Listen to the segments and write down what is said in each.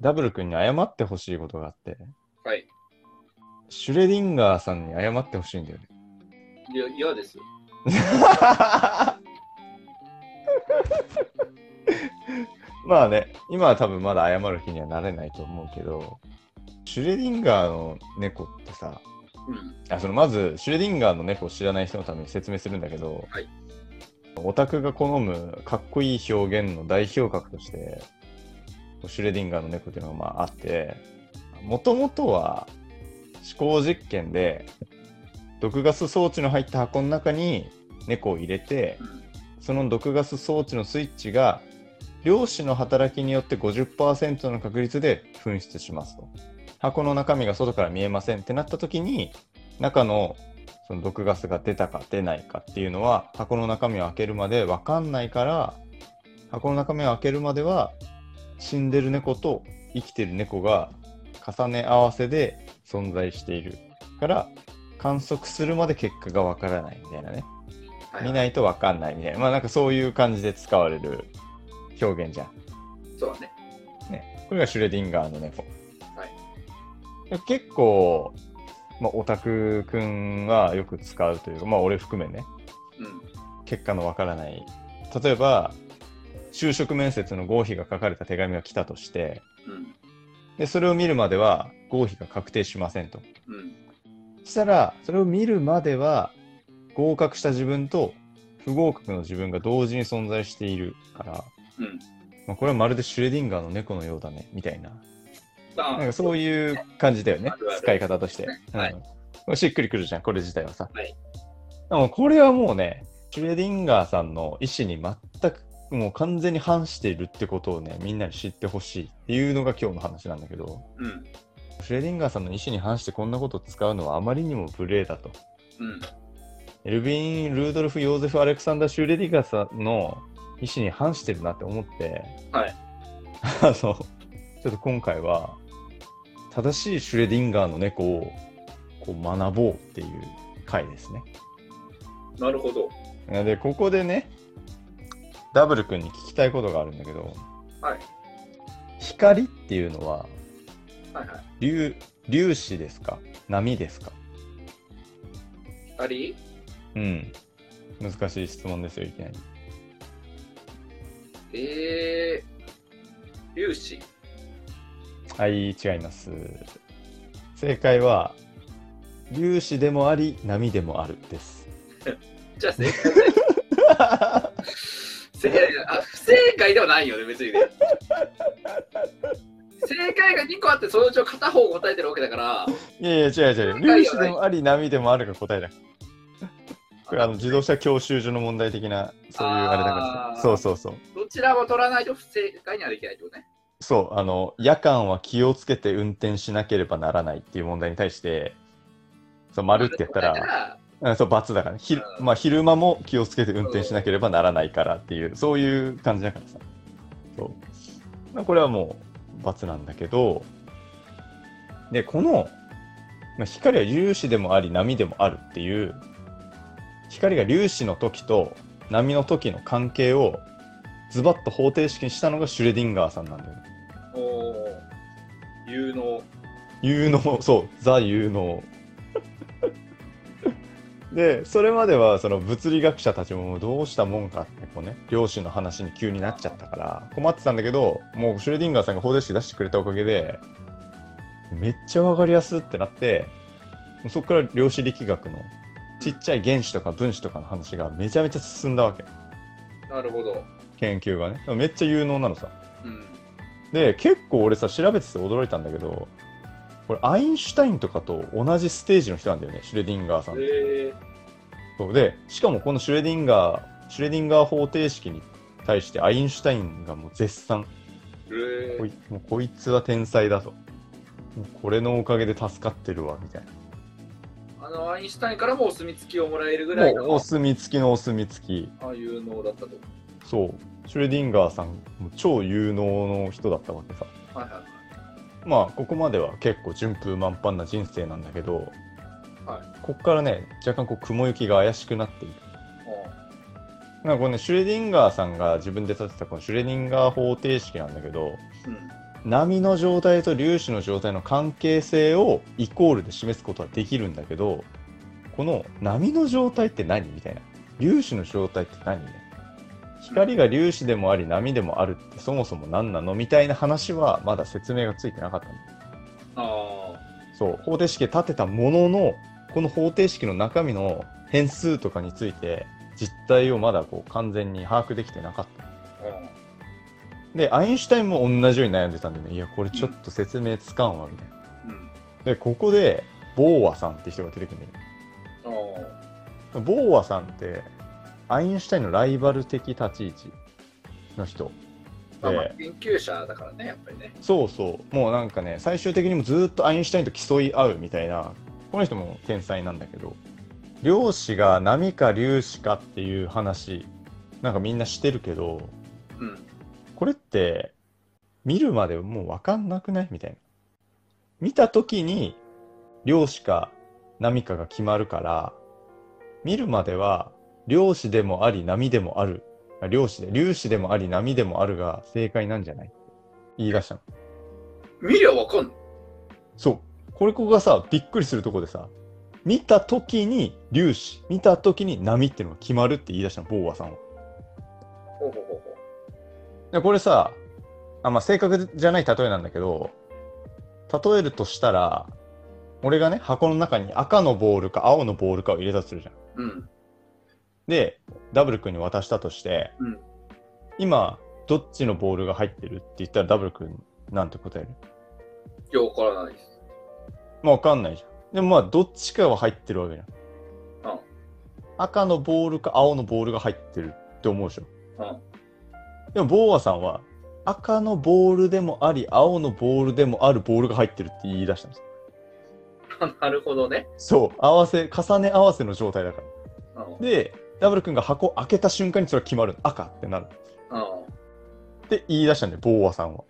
ダブル君に謝ってほしいことがあって、 はい。 シュレディンガーさんに謝ってほしいんだよね。 いや、嫌です。 まあね、今は多分まだ謝る気にはなれないと思うけど、シュレディンガーの猫ってさ、 うん。 まず、シュレディンガーの猫を知らない人のために説明するんだけど、 はい。 オタクが好むかっこいい表現の代表格として、シュレディンガーの猫っていうのがまああって、もともとは思考実験で、毒ガス装置の入った箱の中に猫を入れて、 うん。 その毒ガス装置のスイッチが量子の働きによって 50% の確率で噴出しますと。箱の中身が外から見えませんってなった時に、中のその毒ガスが出たか出ないかっていうのは箱の中身を開けるまで分かんないから、箱の中身を開けるまでは死んでる猫と生きてる猫が重ね合わせで存在しているから観測するまで結果が分からないみたいなね。 はいはい。 見ないと分かんないみたいな。まあなんかそういう感じで使われる表現じゃん。 そうだね。 ね。これがシュレディンガーの猫。 はい。 結構、まあ、オタクくんはよく使うというか、まあ俺含めね、 うん。 結果のわからない。例えば、就職面接の合否が書かれた手紙が来たとして、 うん。 で、それを見るまでは合否が確定しませんと。 うん。 そしたら、それを見るまでは合格した自分と不合格の自分が同時に存在しているから、 うん。 まあ、これはまるでシュレディンガーの猫のようだね、みたいな。なんあ、 かそういう感じだよね、 あるある。 使い方として。 ね。はい。 うん。しっくりくるじゃん、これ自体はさ。 はい。 でもこれはもうね、シュレディンガーさんの意思に全く、もう完全に反しているってことをね、みんなに知ってほしいっていうのが今日の話なんだけど、 うん。 シュレディンガーさんの意思に反してこんなことを使うのはあまりにも無礼だと。 うん。 エルヴィン・ルードルフ・ヨーゼフ・アレクサンダー・シュレディンガーさんの意思に反してるなって思って、 はい。 ちょっと今回は、正しいシュレディンガーの猫をこう学ぼうっていう回ですね。 なるほど。 で、ここでね、ダブル君に聞きたいことがあるんだけど、 はい。 光っていうのははいはい。 粒子ですか波ですか？ 光。 うん。難しい質問ですよ、いきなり。 粒子。 はい、違います。正解は、粒子でもあり、波でもあるです。 じゃあ正解で。不正解ではないよね、別にね。正解が2個あって、そのうちの片方答えてるわけだから。 いやいや、違う違う。粒子でもあり、波でもあるが答えだ。これ自動車教習所の問題的な、そういうあれだからさ。そうそうそう。 どちらも取らないと不正解にはできないってことね。 そう、夜間は気をつけて運転しなければならないっていう問題に対して、そう、丸ってやったら、そう、×だからね。まあ、昼間も気をつけて運転しなければならないからっていう、そういう感じだからさ。そう。まあ、これはもう×なんだけど、で、まあ、光は粒子でもあり、波でもあるっていう、光が粒子の時と波の時の関係をズバッと方程式にしたのがシュレディンガーさんなんだよね。 有能。 有能、そう、ザ有能。で、それまではその物理学者たちもどうしたもんかってこうね、量子の話に急になっちゃったから困ってたんだけど、もうシュレディンガーさんが方程式出してくれたおかげで、めっちゃわかりやすってなって、そこから量子力学のちっちゃい原子とか分子とかの話がめちゃめちゃ進んだわけ。 なるほど。 研究がね。めっちゃ有能なのさ。 うん。 で、結構俺さ、調べてて驚いたんだけど、これアインシュタインとかと同じステージの人なんだよね、シュレディンガーさんって。そうで、しかもこのシュレディンガー方程式に対してアインシュタインがもう絶賛。もうこいつは天才だと。もうこれのおかげで助かってるわ、みたいな。 アインシュタインからもお墨付きをもらえるぐらいの。 もうお墨付きのお墨付き。 有能だったと。 そう。シュレディンガーさん、もう超有能の人だったわけさ。 はいはいはい。 まあ、ここまでは結構順風満帆な人生なんだけど、 はい、 ここからね、若干こう雲行きが怪しくなっている。なんかこれね、シュレディンガーさんが自分で立てたこのシュレディンガー方程式なんだけど、 波の状態と粒子の状態の関係性をイコールで示すことはできるんだけど、この波の状態って何みたいな。粒子の状態って何ね。光が粒子でもあり波でもあるってそもそも何なのみたいな話はまだ説明がついてなかったんだ。 あそう、方程式で立てたものの、この方程式の中身の変数とかについて実態をまだこう完全に把握できてなかった。で、アインシュタインも同じように悩んでたんでね、いや、これちょっと説明つかんわ、みたいな。で、ここで、ボーアさんって人が出てくるんだけど、ボーアさんって、アインシュタインのライバル的立ち位置の人。 まあ研究者だからね、やっぱりね。 そうそう。もうなんかね、最終的にもずっとアインシュタインと競い合うみたいな、この人も天才なんだけど、量子が波か粒子かっていう話、なんかみんなしてるけど、これって見るまでもう分かんなくないみたいな。見た時に量子か波かが決まるから、見るまでは量子でもあり波でもある、粒子でもあり波でもあるが正解なんじゃないって言い出したの。 見りゃ分かんの？ そう。ここがさ、びっくりするとこでさ、見た時に粒子、見た時に波っていうのが決まるって言い出したの、ボーアさんは。でこれさ、まあ、正確じゃない例えなんだけど、例えるとしたら、俺がね、箱の中に赤のボールか青のボールかを入れたとするじゃん。で、ダブル君に渡したとして、今、どっちのボールが入ってるって言ったらダブル君なんて答える？ いや、わからないです。 まあ、わかんないじゃん。でもまあ、どっちかは入ってるわけじゃん。赤のボールか青のボールが入ってるって思うでしょ。でも、ボーアさんは、赤のボールでもあり、青のボールでもあるボールが入ってるって言い出したんです。 なるほどね。そう、 重ね合わせの状態だから。で、ダブル君が箱開けた瞬間にそれが決まる。赤ってなる。って言い出したんで、ボーアさんは。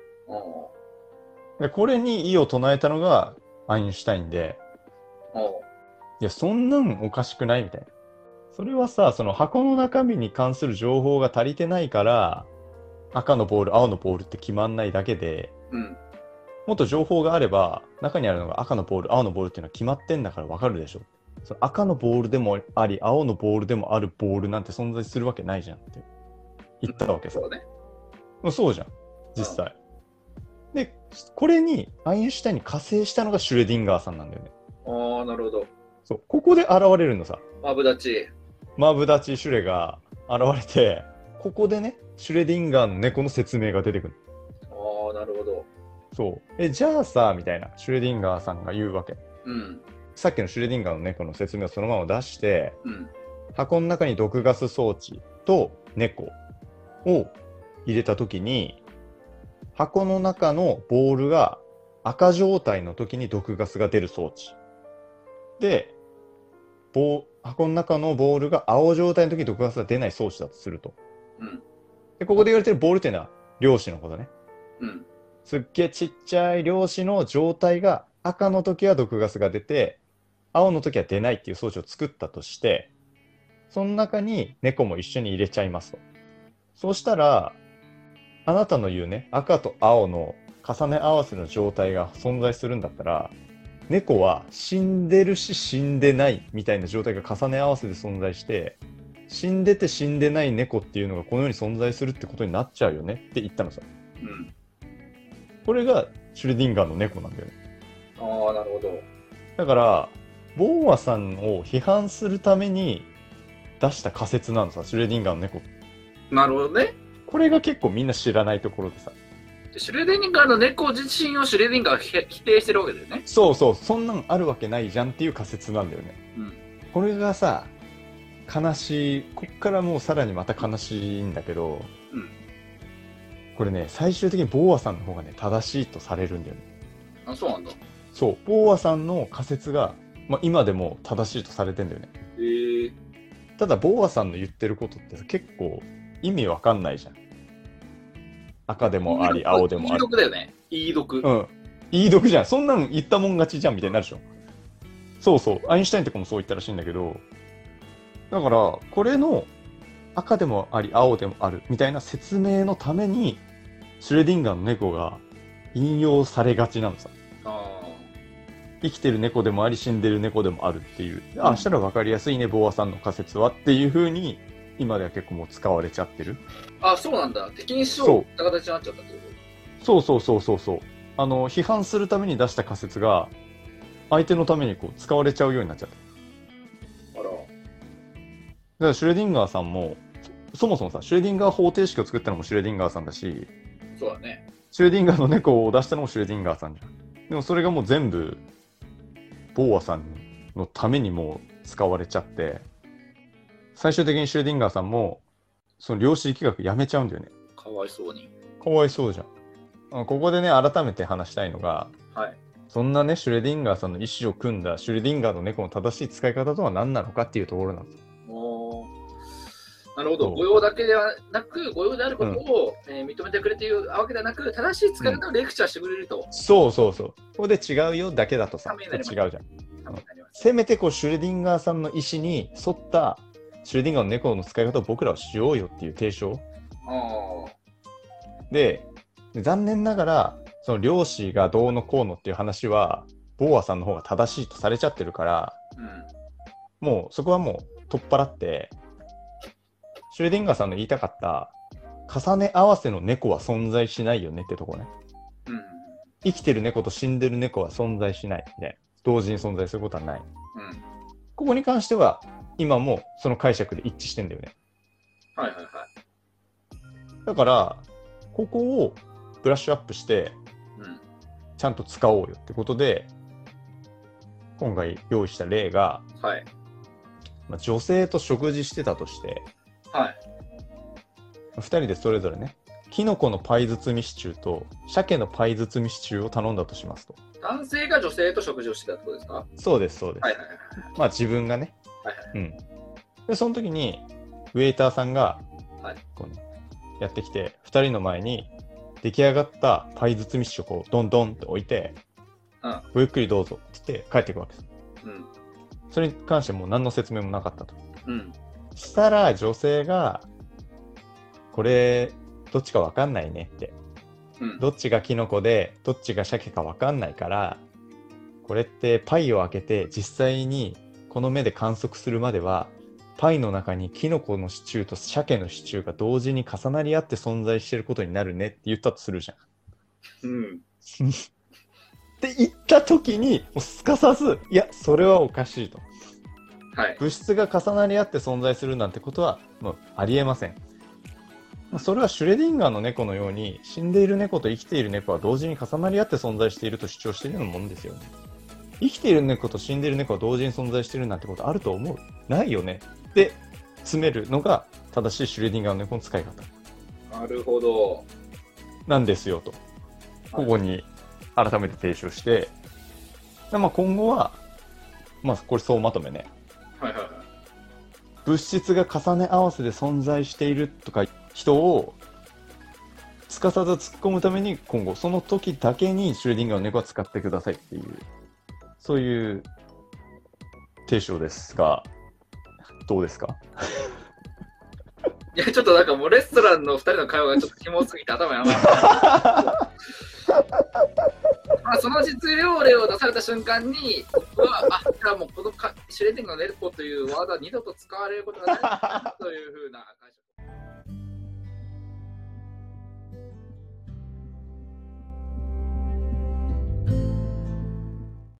で、これに異を唱えたのがアインシュタインで、いや、そんなんおかしくないみたいな。それはさ、その箱の中身に関する情報が足りてないから、赤のボール、青のボールって決まんないだけで、もっと情報があれば、中にあるのが赤のボール、青のボールっていうのは決まってんだから分かるでしょ。その赤のボールでもあり、青のボールでもあるボールなんて存在するわけないじゃんって言ったわけさ。 そうね。 そうじゃん、実際。で、これにアインシュタインに加勢したのがシュレディンガーさんなんだよね。 ああ、なるほど。 そう、ここで現れるのさ。 マブダチシュレが現れて、ここでね、シュレディンガーの猫の説明が出てくる。 ああ、なるほど。 そう。じゃあさ、みたいな、シュレディンガーさんが言うわけ。さっきのシュレディンガーの猫の説明をそのまま出して、箱の中に毒ガス装置と猫を入れたときに、箱の中のボールが赤状態の時に毒ガスが出る装置。で、箱の中のボールが青状態の時に毒ガスが出ない装置だとすると。で、ここで言われてるボールっていうのは量子のことね。すっげえちっちゃい量子の状態が赤の時は毒ガスが出て、青の時は出ないっていう装置を作ったとして、その中に猫も一緒に入れちゃいますと。そうしたら、あなたの言うね、赤と青の重ね合わせの状態が存在するんだったら、猫は死んでるし死んでないみたいな状態が重ね合わせで存在して、死んでて死んでない猫っていうのがこの世に存在するってことになっちゃうよねって言ったのさ。これがシュレディンガーの猫なんだよね。 ああ、なるほど。 だから、ボーアさんを批判するために出した仮説なのさ、シュレディンガーの猫。 なるほどね。 これが結構みんな知らないところでさ。 シュレディンガーの猫自身をシュレディンガーが否定してるわけだよね。 そうそう、そんなんあるわけないじゃんっていう仮説なんだよね。これがさ、悲しい、こっからもうさらにまた悲しいんだけど、これね、最終的にボーアさんの方がね、正しいとされるんだよね。 あ、そうなんだ。 そう、ボーアさんの仮説が、今でも正しいとされてんだよね。ただ、ボーアさんの言ってることってさ、結構意味わかんないじゃん。赤でもあり、青でもあり。 いい毒だよね。いい毒。 いい毒じゃん。そんなの言ったもん勝ちじゃんみたいになるでしょ。そうそう。アインシュタインとかもそう言ったらしいんだけど、だから、これの赤でもあり、青でもあるみたいな説明のために、シュレディンガーの猫が引用されがちなのさ。 あ生きてる猫でもあり死んでる猫でもあるっていう。あ、したら分かりやすいね、ボアさんの仮説はっていう風に今では結構もう使われちゃってる。 あ、そうなんだ。敵にしようって形になっちゃったってこそうそうそうそうそう。批判するために出した仮説が相手のためにこう使われちゃうようになっちゃった。 と？あら。 だからシュレディンガーさんもそもそもさ、シュレディンガー方程式を作ったのもシュレディンガーさんだし、 そうだね。 シュレディンガーの猫を出したのもシュレディンガーさんじゃん。でもそれがもう全部ボーアさんのためにもう使われちゃって、最終的にシュレディンガーさんもその量子力学やめちゃうんだよね。 かわいそうに。 かわいそうじゃん。ここでね、改めて話したいのが、 はい。 そんなね、シュレディンガーさんの意思を組んだシュレディンガーの猫の正しい使い方とは何なのかっていうところなんです。 おー、なるほど。御用だけではなく、御用であることを、認めてくれているわけではなく、正しい使い方をレクチャーしてくれると。 そうそうそう。ここで違うよだけだとさ、 ためになります違うじゃん。せめてこうシュレディンガーさんの意思に沿ったシュレディンガーの猫の使い方を僕らはしようよっていう提唱。で、残念ながら、その漁師がどうのこうのっていう話は、ボーアさんの方が正しいとされちゃってるから、もうそこはもう取っ払って、シュレディンガーさんの言いたかった、重ね合わせの猫は存在しないよねってとこね。生きてる猫と死んでる猫は存在しないね。同時に存在することはない。ここに関しては、今もその解釈で一致してんだよね。 はいはいはい。 だから、ここをブラッシュアップして、ちゃんと使おうよってことで、今回用意した例が、 はい、 女性と食事してたとして、 はい、 2人でそれぞれね、キノコのパイ包みシチューと鮭のパイ包みシチューを頼んだとしますと。 男性が女性と食事をしてたってことですか？ そうです、そうです。 はいはいはい、 まあ自分がね。 はいはい、 で、その時に、ウェイターさんが、 こうやってきて、2人の前に出来上がったパイ包みシチューをこうドンドンって置いて、ごゆっくりどうぞって言って帰っていくわけです。それに関してもう何の説明もなかったと。したら女性が、これ、どっちかわかんないねって。どっちがキノコで、どっちが鮭かわかんないから、これってパイを開けて実際にこの目で観測するまでは、パイの中にキノコのシチューと鮭のシチューが同時に重なり合って存在していることになるねって言ったとするじゃん。って言った時に、もうすかさず、いや、それはおかしいと。物質が重なり合って存在するなんてことはもうありえません。それはシュレディンガーの猫のように、死んでいる猫と生きている猫は同時に重なり合って存在していると主張しているようなもんですよね。生きている猫と死んでいる猫は同時に存在しているなんてことあると思う？ないよねって詰めるのが正しいシュレディンガーの猫の使い方。 なるほど。 なんですよと。ここに改めて提唱して、まあ、今後は、まあ、これ総まとめね。 はいはいはい。 物質が重ね合わせで存在しているとか人をすかさず突っ込むために今後その時だけにシュレディンガーの猫は使ってくださいっていうそういう提唱ですがどうですか？ いやちょっとなんかもうレストランの2人の会話がちょっとキモすぎて頭やばい。まあその実用例を出された瞬間に僕はじゃあもうこのシュレディンガーの猫というワードは二度と使われることがないというふうな解釈。